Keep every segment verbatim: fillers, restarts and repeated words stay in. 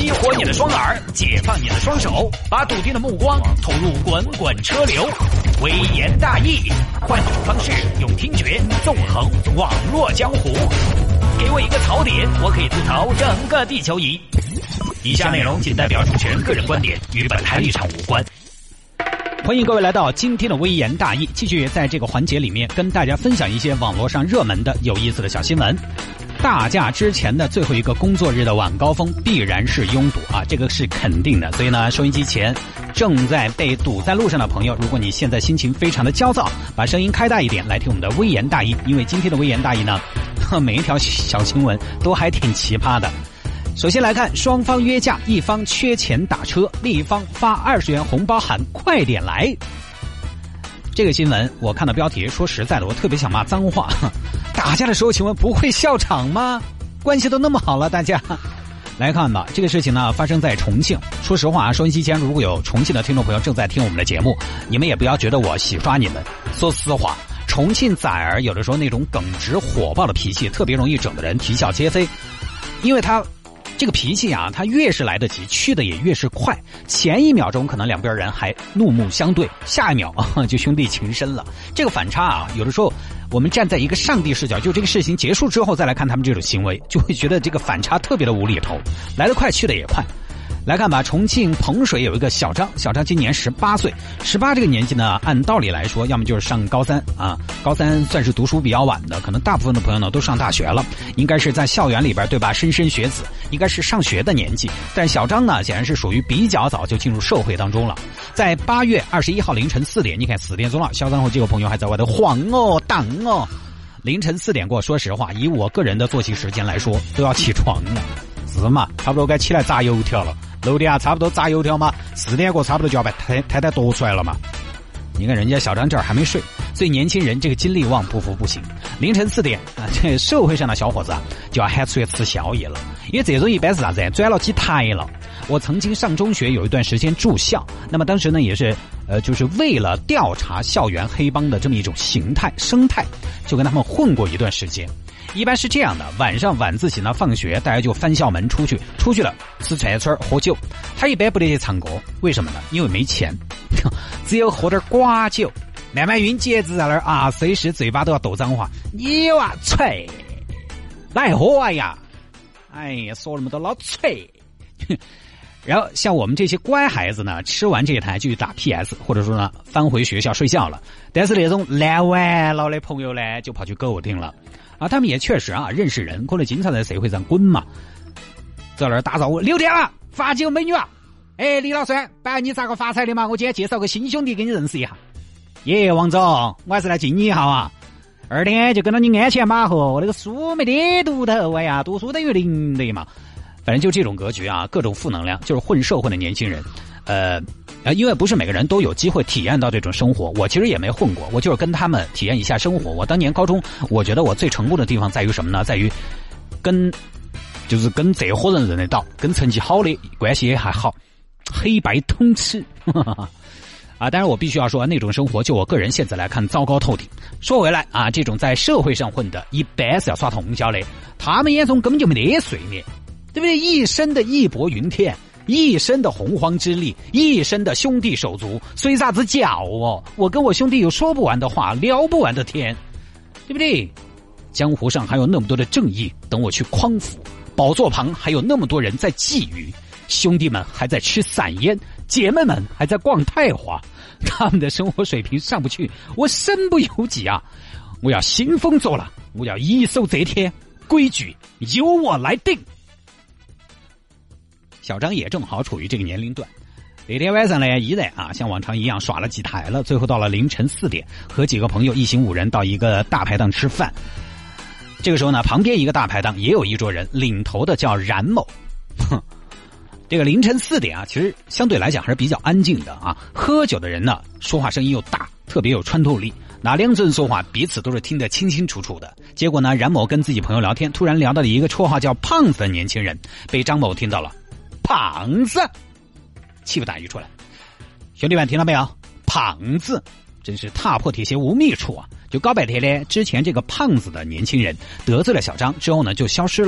激活你的双耳，解放你的双手，把笃定的目光投入滚滚车流。微言大义，换种方式用听觉纵横网络江湖。给我一个槽点，我可以吐槽整个地球仪。以下内容仅代表主持人个人观点，与本台立场无关。欢迎各位来到今天的微言大义，继续在这个环节里面跟大家分享一些网络上热门的有意思的小新闻。大假之前的最后一个工作日的晚高峰必然是拥堵啊，这个是肯定的。所以呢，收音机前正在被堵在路上的朋友，如果你现在心情非常的焦躁，把声音开大一点来听我们的微言大义，因为今天的微言大义呢，每一条小新闻都还挺奇葩的。首先来看，双方约架，一方缺钱打车，另一方发二十元红包喊快点来。这个新闻我看到标题，说实在的，我特别想骂脏话。打架的时候请问不会笑场吗？关系都那么好了，大家来看吧。这个事情呢发生在重庆。说实话啊，收音机前如果有重庆的听众朋友正在听我们的节目，你们也不要觉得我洗刷你们。说实话，重庆崽儿有的时候那种耿直火爆的脾气，特别容易整的人啼笑皆非，因为他这个脾气啊，他越是来得及，去的也越是快。前一秒钟可能两边人还怒目相对，下一秒啊就兄弟情深了。这个反差啊，有的时候我们站在一个上帝视角，就这个事情结束之后再来看他们这种行为，就会觉得这个反差特别的无厘头，来得快去的也快。来看吧，重庆彭水有一个小张，小张今年十八岁，十八这个年纪呢，按道理来说，要么就是上高三啊，高三算是读书比较晚的，可能大部分的朋友呢都上大学了，应该是在校园里边对吧，莘莘学子，应该是上学的年纪。但小张呢，显然是属于比较早就进入社会当中了。在八月二十一号凌晨四点，你看四点钟了，小张和几个朋友还在外头晃哦荡哦，凌晨四点过，说实话，以我个人的作息时间来说，都要起床了，是嘛？差不多该起来炸油条了。六点啊，差不多炸油条嘛，四点过差不多就要把太太太多出来了嘛。你看人家小张这儿还没睡，所以年轻人这个精力旺不服不行。凌晨四点啊，这社会上的小伙子啊就要喊出去吃宵夜了，因为这种一般是啥子？转了几台了。我曾经上中学有一段时间住校，那么当时呢也是呃，就是为了调查校园黑帮的这么一种形态生态，就跟他们混过一段时间。一般是这样的，晚上晚自习呢，放学大家就翻校门出去，出去了吃串串喝酒。他一般不得去唱歌，为什么呢？因为没钱，只有喝点寡酒，慢慢晕节子在那儿啊，随时嘴巴都要抖脏话。你哇吹，来喝啊呀！哎呀，说那么多老吹。然后像我们这些乖孩子呢，吃完这台就去打 P S， 或者说呢翻回学校睡觉了。但是那种烂完了的朋友呢，就跑去歌舞厅了。啊，他们也确实啊认识人，可能经常在社会上滚嘛，在那儿打招呼。六点了，发酒美女啊！哎，李老师，白你咋个发财的嘛？我今天介绍个新兄弟给你认识一下。耶，王总，我还是来敬你一下啊。二点就跟到你鞍前马后，我那个书没得读头，哎呀，读书等于零的嘛。反正就这种格局啊，各种负能量，就是混社会的年轻人。呃，因为不是每个人都有机会体验到这种生活，我其实也没混过，我就是跟他们体验一下生活。我当年高中，我觉得我最成功的地方在于什么呢？在于跟就是跟这伙人认得到，跟成绩好的关系也还好，黑白通吃。啊，当然我必须要说，那种生活就我个人现在来看糟糕透顶。说回来啊，这种在社会上混的，一般是要耍通宵的，他们眼中根本就没得睡眠，对不对？一身的义薄云天，一身的洪荒之力，一身的兄弟手足，随啥子叫哦？我跟我兄弟有说不完的话，聊不完的天，对不对？江湖上还有那么多的正义等我去匡扶，宝座旁还有那么多人在觊觎，兄弟们还在吃散烟，姐妹们还在逛太华，他们的生活水平上不去，我身不由己啊！我要兴风作浪，我要一手遮天，规矩由我来定。小张也正好处于这个年龄段，那天晚上呢，依然啊像往常一样耍了几台了，最后到了凌晨四点，和几个朋友一行五人到一个大排档吃饭。这个时候呢，旁边一个大排档也有一桌人，领头的叫冉某。哼，这个凌晨四点啊，其实相对来讲还是比较安静的啊。喝酒的人呢，说话声音又大，特别有穿透力。那两个人说话，彼此都是听得清清楚楚的。结果呢，冉某跟自己朋友聊天，突然聊到了一个绰号叫胖子的年轻人，被张某听到了。胖子，气不打一处来。兄弟们听到没有？胖子真是踏破铁鞋无觅处啊！就搞半天呢，之前这个胖子的年轻人得罪了小张之后呢，就消失了。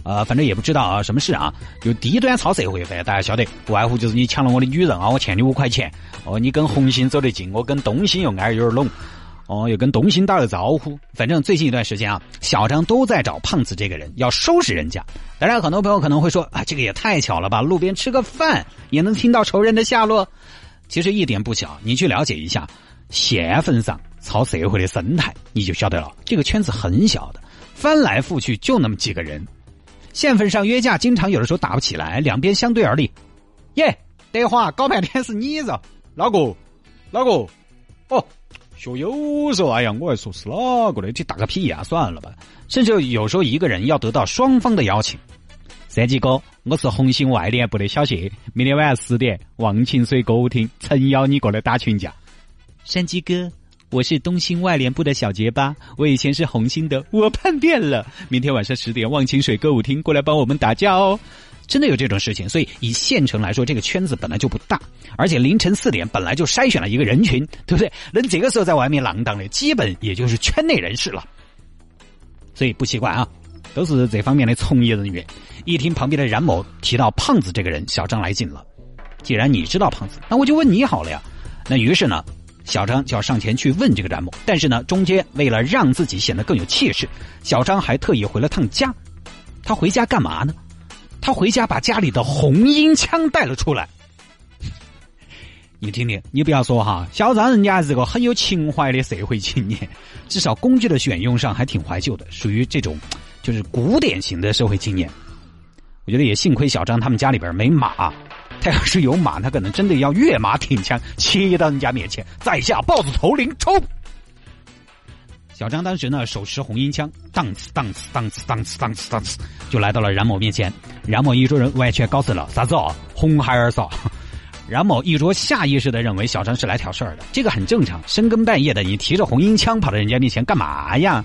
呃，反正也不知道啊什么事啊，就低端操社会犯，大家晓得，不外乎就是你抢了我的女人啊，我欠你五块钱，哦，你跟红星走得近，我跟东星又挨有点拢。哦，又跟东兴打了招呼。反正最近一段时间啊，小张都在找胖子这个人，要收拾人家。当然，很多朋友可能会说啊，这个也太巧了吧，路边吃个饭也能听到仇人的下落。其实一点不巧，你去了解一下县份上操社会的生态，你就晓得了。这个圈子很小的，翻来覆去就那么几个人。县份上约架，经常有的时候打不起来，两边相对而立。耶，对话搞半天是你噻，老哥，老哥，哦。学友说，哎呀，我还说是哪个的？这打个屁呀、啊！算了吧。甚至有时候一个人要得到双方的邀请。三吉哥，我是红星外联部的小谢，明天晚上十点，忘情水歌舞厅，诚邀你过来打群架。山鸡哥，我是东兴外联部的小结巴，我以前是红星的，我叛变了。明天晚上十点，忘情水歌舞厅过来帮我们打架哦。真的有这种事情，所以以县城来说，这个圈子本来就不大，而且凌晨四点本来就筛选了一个人群，对不对？能这个时候在外面浪荡的，基本也就是圈内人士了。所以不奇怪啊，都是这方面的从业人员。一听旁边的冉某提到胖子这个人，小张来劲了。既然你知道胖子，那我就问你好了呀。那于是呢，小张就要上前去问这个冉某，但是呢，中间为了让自己显得更有气势，小张还特意回了趟家。他回家干嘛呢？他回家把家里的红缨枪带了出来。你听听，你不要说哈，小张人家是个很有情怀的社会青年，至少工具的选用上还挺怀旧的，属于这种就是古典型的社会青年。我觉得也幸亏小张他们家里边没马，他要是有马，他可能真的要跃马挺枪，切到人家面前，在下豹子头领冲。小张当时呢，手持红缨枪，当呲当呲当呲当呲当呲当呲，就来到了冉某面前。冉某一桌人完全搞死了，啥子哦，红孩儿嫂。冉某一桌下意识的认为小张是来挑事儿的，这个很正常。深更半夜的，你提着红缨枪跑到人家面前干嘛呀？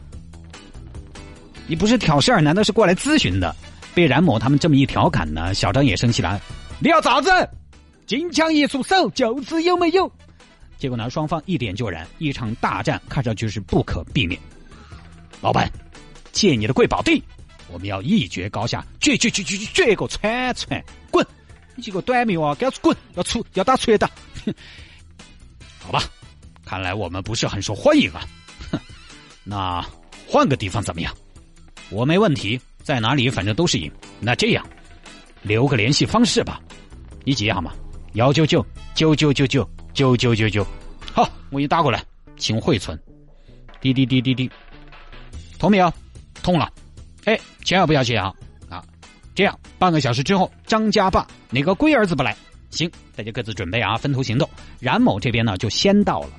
你不是挑事儿，难道是过来咨询的？被冉某他们这么一调侃呢，小张也生气了。你要咋子？金枪一出手，就知有没有？结果呢，双方一点就燃，一场大战看上去是不可避免。老板，借你的贵宝地，我们要一决高下，决决决决决个铲铲，滚！你这个短命啊，给我滚！要出要打锤的。好吧，看来我们不是很受欢迎啊。哼，那换个地方怎么样？我没问题，在哪里反正都是赢。那这样，留个联系方式吧，你记好吗？幺九九九九九九。九九九九，好，我给你打过来，请汇存。滴滴滴滴滴，通没有？通了。哎，千万不要这样啊！这样，半个小时之后，张家坝哪个龟儿子不来？行，大家各自准备啊，分头行动。冉某这边呢，就先到了。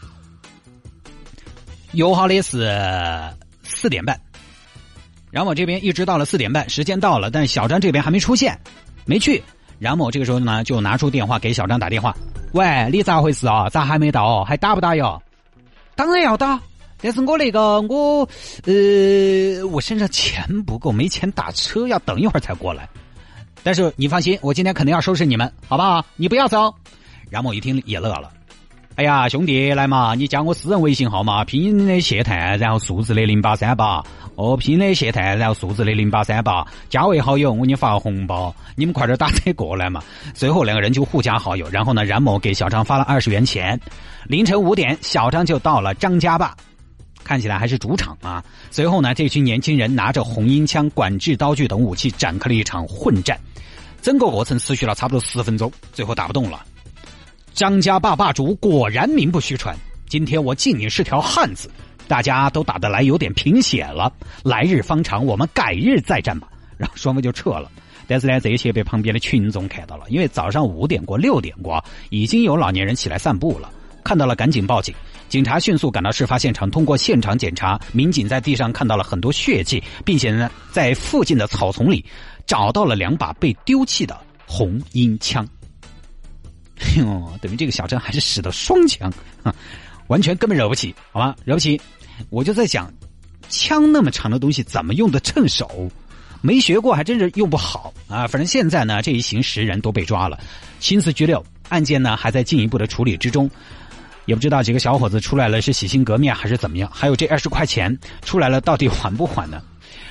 友好的是四点半，冉某这边一直到了四点半，时间到了，但是小张这边还没出现，没去。冉某这个时候呢，就拿出电话给小张打电话。喂，你咋回事啊？咋还没到哦？还打不打哟？当然要打，但是我那个我呃，我身上钱不够，没钱打车，要等一会儿才过来。但是你放心，我今天肯定要收拾你们，好不好？你不要走。冉某一听也乐了。哎呀，兄弟，来嘛，你加我私人微信号嘛，拼音的谢探，然后数字的零八三八，哦，拼音的谢探，然后数字的零八三八，加为好友，我给你发个红包，你们快点打车过来嘛。随后两个人就互加好友，然后呢，冉某给小张发了二十元钱。凌晨五点，小张就到了张家坝，看起来还是主场啊。随后呢，这群年轻人拿着红缨枪、管制刀具等武器，展开了一场混战。整个过程持续了差不多十分钟，最后打不动了。张家坝坝主果然名不虚传，今天我敬你是条汉子，大家都打得来有点贫血了，来日方长，我们改日再战吧。然后双方就撤了。但是呢，这一切被旁边的群众看到了，因为早上五点过、六点过，已经有老年人起来散步了，看到了赶紧报警。警察迅速赶到事发现场，通过现场检查，民警在地上看到了很多血迹，并且呢，在附近的草丛里找到了两把被丢弃的红缨枪。哟，等于这个小张还是使得双枪，完全根本惹不起，好吗？惹不起。我就在想，枪那么长的东西怎么用得趁手？没学过还真是用不好啊！反正现在呢，这一行十人都被抓了，刑事拘留，案件呢还在进一步的处理之中。也不知道几个小伙子出来了是洗心革面还是怎么样，还有这二十块钱出来了到底还不还呢？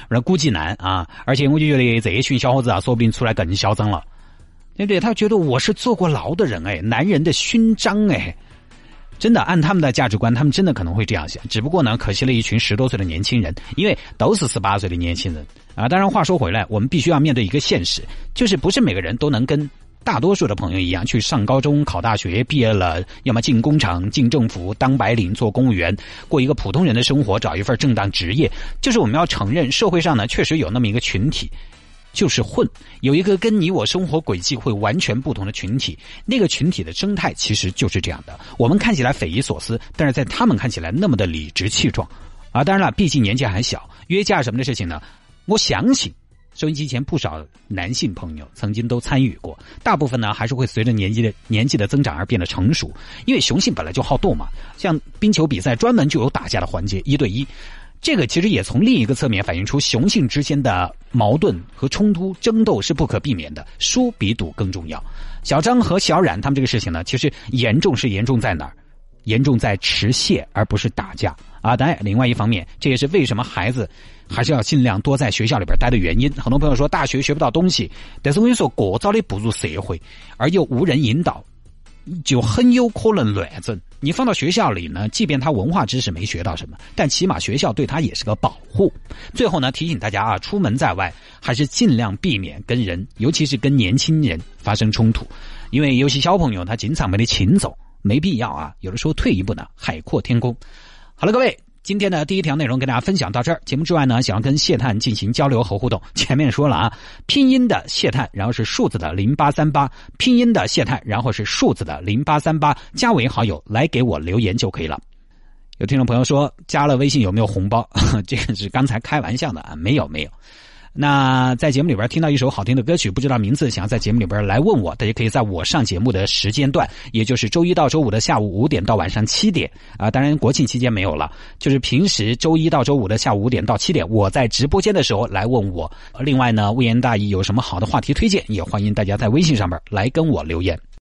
然后估计难啊，而且我就觉得这一群小伙子啊，说不定出来更嚣张了，对不对？他觉得我是坐过牢的人哎，男人的勋章哎，真的按他们的价值观，他们真的可能会这样想。只不过呢，可惜了一群十多岁的年轻人，因为都是十八岁的年轻人啊。当然话说回来，我们必须要面对一个现实，就是不是每个人都能跟大多数的朋友一样去上高中考大学，毕业了要么进工厂进政府当白领做公务员，过一个普通人的生活，找一份正当职业。就是我们要承认社会上呢确实有那么一个群体，就是混，有一个跟你我生活轨迹会完全不同的群体，那个群体的生态其实就是这样的，我们看起来匪夷所思，但是在他们看起来那么的理直气壮啊！当然了，毕竟年纪还小，约架什么的事情呢，我相信收音机前不少男性朋友曾经都参与过，大部分呢还是会随着年纪的年纪的增长而变得成熟，因为雄性本来就好斗嘛，像冰球比赛专门就有打架的环节，一对一，这个其实也从另一个侧面反映出雄性之间的矛盾和冲突争斗是不可避免的，输比赌更重要。小张和小冉他们这个事情呢，其实严重是严重在哪儿？严重在持械而不是打架啊！当然，另外一方面，这也是为什么孩子还是要尽量多在学校里边待的原因。很多朋友说大学学不到东西，但是我跟你说，过早的步入社会而又无人引导，就很有可能乱整。你放到学校里呢，即便他文化知识没学到什么，但起码学校对他也是个保护。最后呢，提醒大家啊，出门在外还是尽量避免跟人，尤其是跟年轻人发生冲突，因为有些小朋友他经常没得亲走。没必要啊，有的时候退一步呢，海阔天空。好了，各位，今天的第一条内容跟大家分享到这儿。节目之外呢，想要跟谢探进行交流和互动，前面说了啊，拼音的谢探，然后是数字的零八三八，拼音的谢探，然后是数字的零八三八，加为好友来给我留言就可以了。有听众朋友说加了微信有没有红包？这个是刚才开玩笑的啊，没有没有。那在节目里边听到一首好听的歌曲，不知道名字，想要在节目里边来问我，大家可以在我上节目的时间段，也就是周一到周五的下午五点到晚上七点啊，当然国庆期间没有了，就是平时周一到周五的下午五点到七点，我在直播间的时候来问我。另外呢，微言大义有什么好的话题推荐，也欢迎大家在微信上边来跟我留言。